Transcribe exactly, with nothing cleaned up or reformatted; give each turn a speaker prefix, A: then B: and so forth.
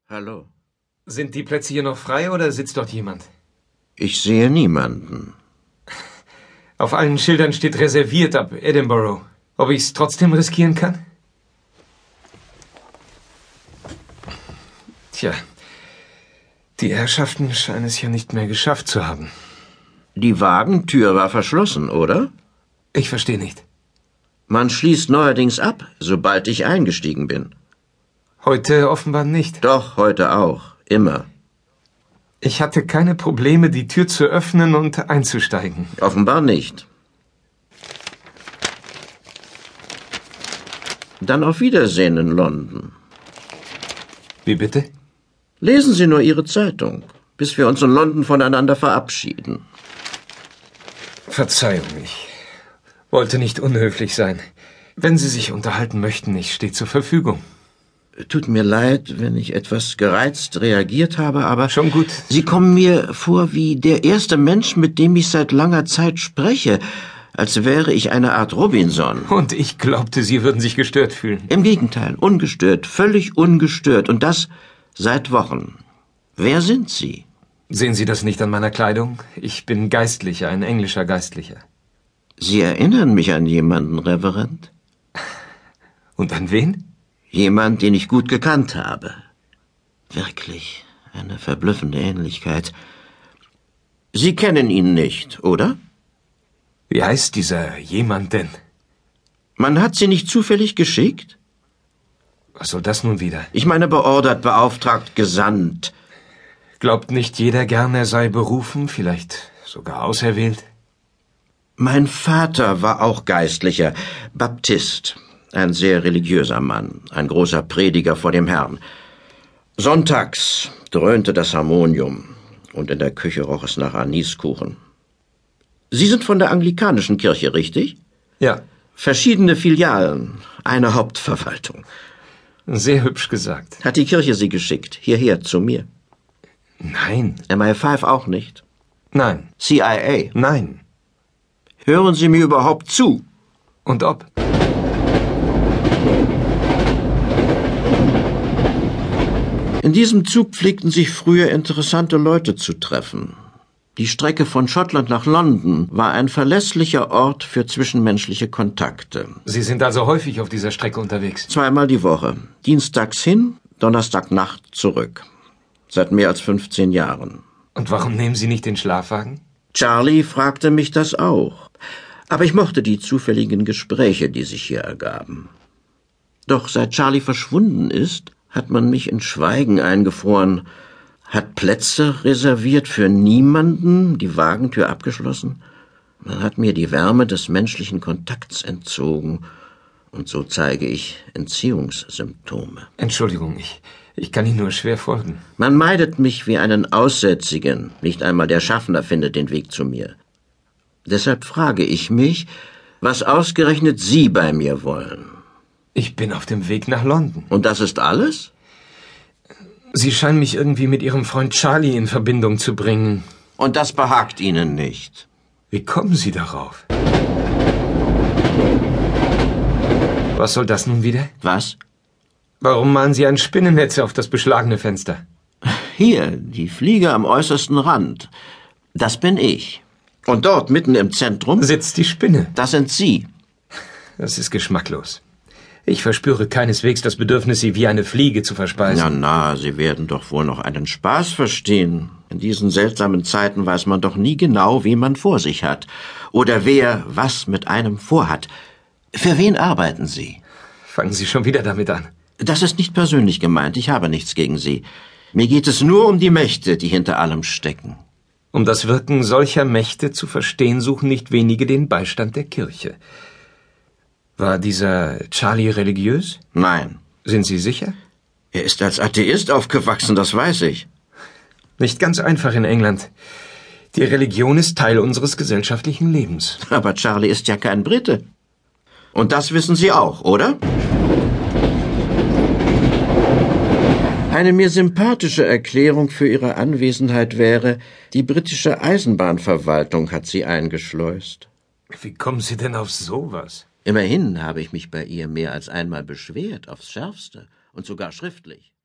A: Hallo.
B: Sind die Plätze hier noch frei oder sitzt dort jemand?
A: Ich sehe niemanden.
B: Auf allen Schildern steht reserviert ab Edinburgh. Ob ich's trotzdem riskieren kann? Tja, die Herrschaften scheinen es ja nicht mehr geschafft zu haben.
A: Die Wagentür war verschlossen, oder?
B: Ich verstehe nicht.
A: Man schließt neuerdings ab, sobald ich eingestiegen bin.
B: Heute offenbar nicht.
A: Doch, heute auch. Immer.
B: Ich hatte keine Probleme, die Tür zu öffnen und einzusteigen.
A: Offenbar nicht. Dann auf Wiedersehen in London.
B: Wie bitte?
A: Lesen Sie nur Ihre Zeitung, bis wir uns in London voneinander verabschieden.
B: Verzeihung, ich wollte nicht unhöflich sein. Wenn Sie sich unterhalten möchten, ich stehe zur Verfügung.
A: Tut mir leid, wenn ich etwas gereizt reagiert habe, aber...
B: Schon gut.
A: Sie kommen mir vor wie der erste Mensch, mit dem ich seit langer Zeit spreche, als wäre ich eine Art Robinson.
B: Und ich glaubte, Sie würden sich gestört fühlen.
A: Im Gegenteil, ungestört, völlig ungestört. Und das seit Wochen. Wer sind Sie?
B: Sehen Sie das nicht an meiner Kleidung? Ich bin Geistlicher, ein englischer Geistlicher.
A: Sie erinnern mich an jemanden, Reverend?
B: Und an wen?
A: Jemand, den ich gut gekannt habe. Wirklich, eine verblüffende Ähnlichkeit. Sie kennen ihn nicht, oder?
B: Wie heißt dieser jemand denn?
A: Man hat Sie nicht zufällig geschickt?
B: Was soll das nun wieder?
A: Ich meine beordert, beauftragt, gesandt.
B: Glaubt nicht jeder gern, er sei berufen, vielleicht sogar auserwählt?
A: Mein Vater war auch Geistlicher, Baptist, ein sehr religiöser Mann, ein großer Prediger vor dem Herrn. Sonntags dröhnte das Harmonium und in der Küche roch es nach Aniskuchen. Sie sind von der anglikanischen Kirche, richtig?
B: Ja.
A: Verschiedene Filialen, eine Hauptverwaltung.
B: Sehr hübsch gesagt.
A: Hat die Kirche Sie geschickt, hierher zu mir?
B: Nein.
A: M I fünf auch nicht?
B: Nein.
A: C I A?
B: Nein.
A: Hören Sie mir überhaupt zu?
B: Und ob?
A: In diesem Zug pflegten sich früher interessante Leute zu treffen. Die Strecke von Schottland nach London war ein verlässlicher Ort für zwischenmenschliche Kontakte.
B: Sie sind also häufig auf dieser Strecke unterwegs?
A: Zweimal die Woche. Dienstags hin, Donnerstagnacht zurück. Seit mehr als fünfzehn Jahren.
B: Und warum nehmen Sie nicht den Schlafwagen?
A: Charlie fragte mich das auch. Aber ich mochte die zufälligen Gespräche, die sich hier ergaben. Doch seit Charlie verschwunden ist, hat man mich in Schweigen eingefroren, hat Plätze reserviert für niemanden, die Wagentür abgeschlossen. Man hat mir die Wärme des menschlichen Kontakts entzogen. Und so zeige ich Entziehungssymptome.
B: Entschuldigung, ich, ich kann Ihnen nur schwer folgen.
A: Man meidet mich wie einen Aussätzigen. Nicht einmal der Schaffner findet den Weg zu mir. Deshalb frage ich mich, was ausgerechnet Sie bei mir wollen.
B: Ich bin auf dem Weg nach London.
A: Und das ist alles?
B: Sie scheinen mich irgendwie mit Ihrem Freund Charlie in Verbindung zu bringen.
A: Und das behagt Ihnen nicht.
B: Wie kommen Sie darauf? Was soll das nun wieder?
A: Was?
B: Warum malen Sie ein Spinnennetz auf das beschlagene Fenster?
A: Hier, die Fliege am äußersten Rand. Das bin ich. Und dort, mitten im Zentrum,
B: sitzt die Spinne.
A: Das sind Sie.
B: Das ist geschmacklos. Ich verspüre keineswegs das Bedürfnis, Sie wie eine Fliege zu verspeisen.
A: Na, na, Sie werden doch wohl noch einen Spaß verstehen. In diesen seltsamen Zeiten weiß man doch nie genau, wen man vor sich hat. Oder wer was mit einem vorhat. Für wen arbeiten Sie?
B: Fangen Sie schon wieder damit an.
A: Das ist nicht persönlich gemeint. Ich habe nichts gegen Sie. Mir geht es nur um die Mächte, die hinter allem stecken.
B: Um das Wirken solcher Mächte zu verstehen, suchen nicht wenige den Beistand der Kirche. War dieser Charlie religiös?
A: Nein.
B: Sind Sie sicher?
A: Er ist als Atheist aufgewachsen, das weiß ich.
B: Nicht ganz einfach in England. Die Religion ist Teil unseres gesellschaftlichen Lebens.
A: Aber Charlie ist ja kein Brite. Und das wissen Sie auch, oder? Eine mir sympathische Erklärung für Ihre Anwesenheit wäre, die britische Eisenbahnverwaltung hat Sie eingeschleust.
B: Wie kommen Sie denn auf sowas?
A: Immerhin habe ich mich bei ihr mehr als einmal beschwert, aufs Schärfste und sogar schriftlich.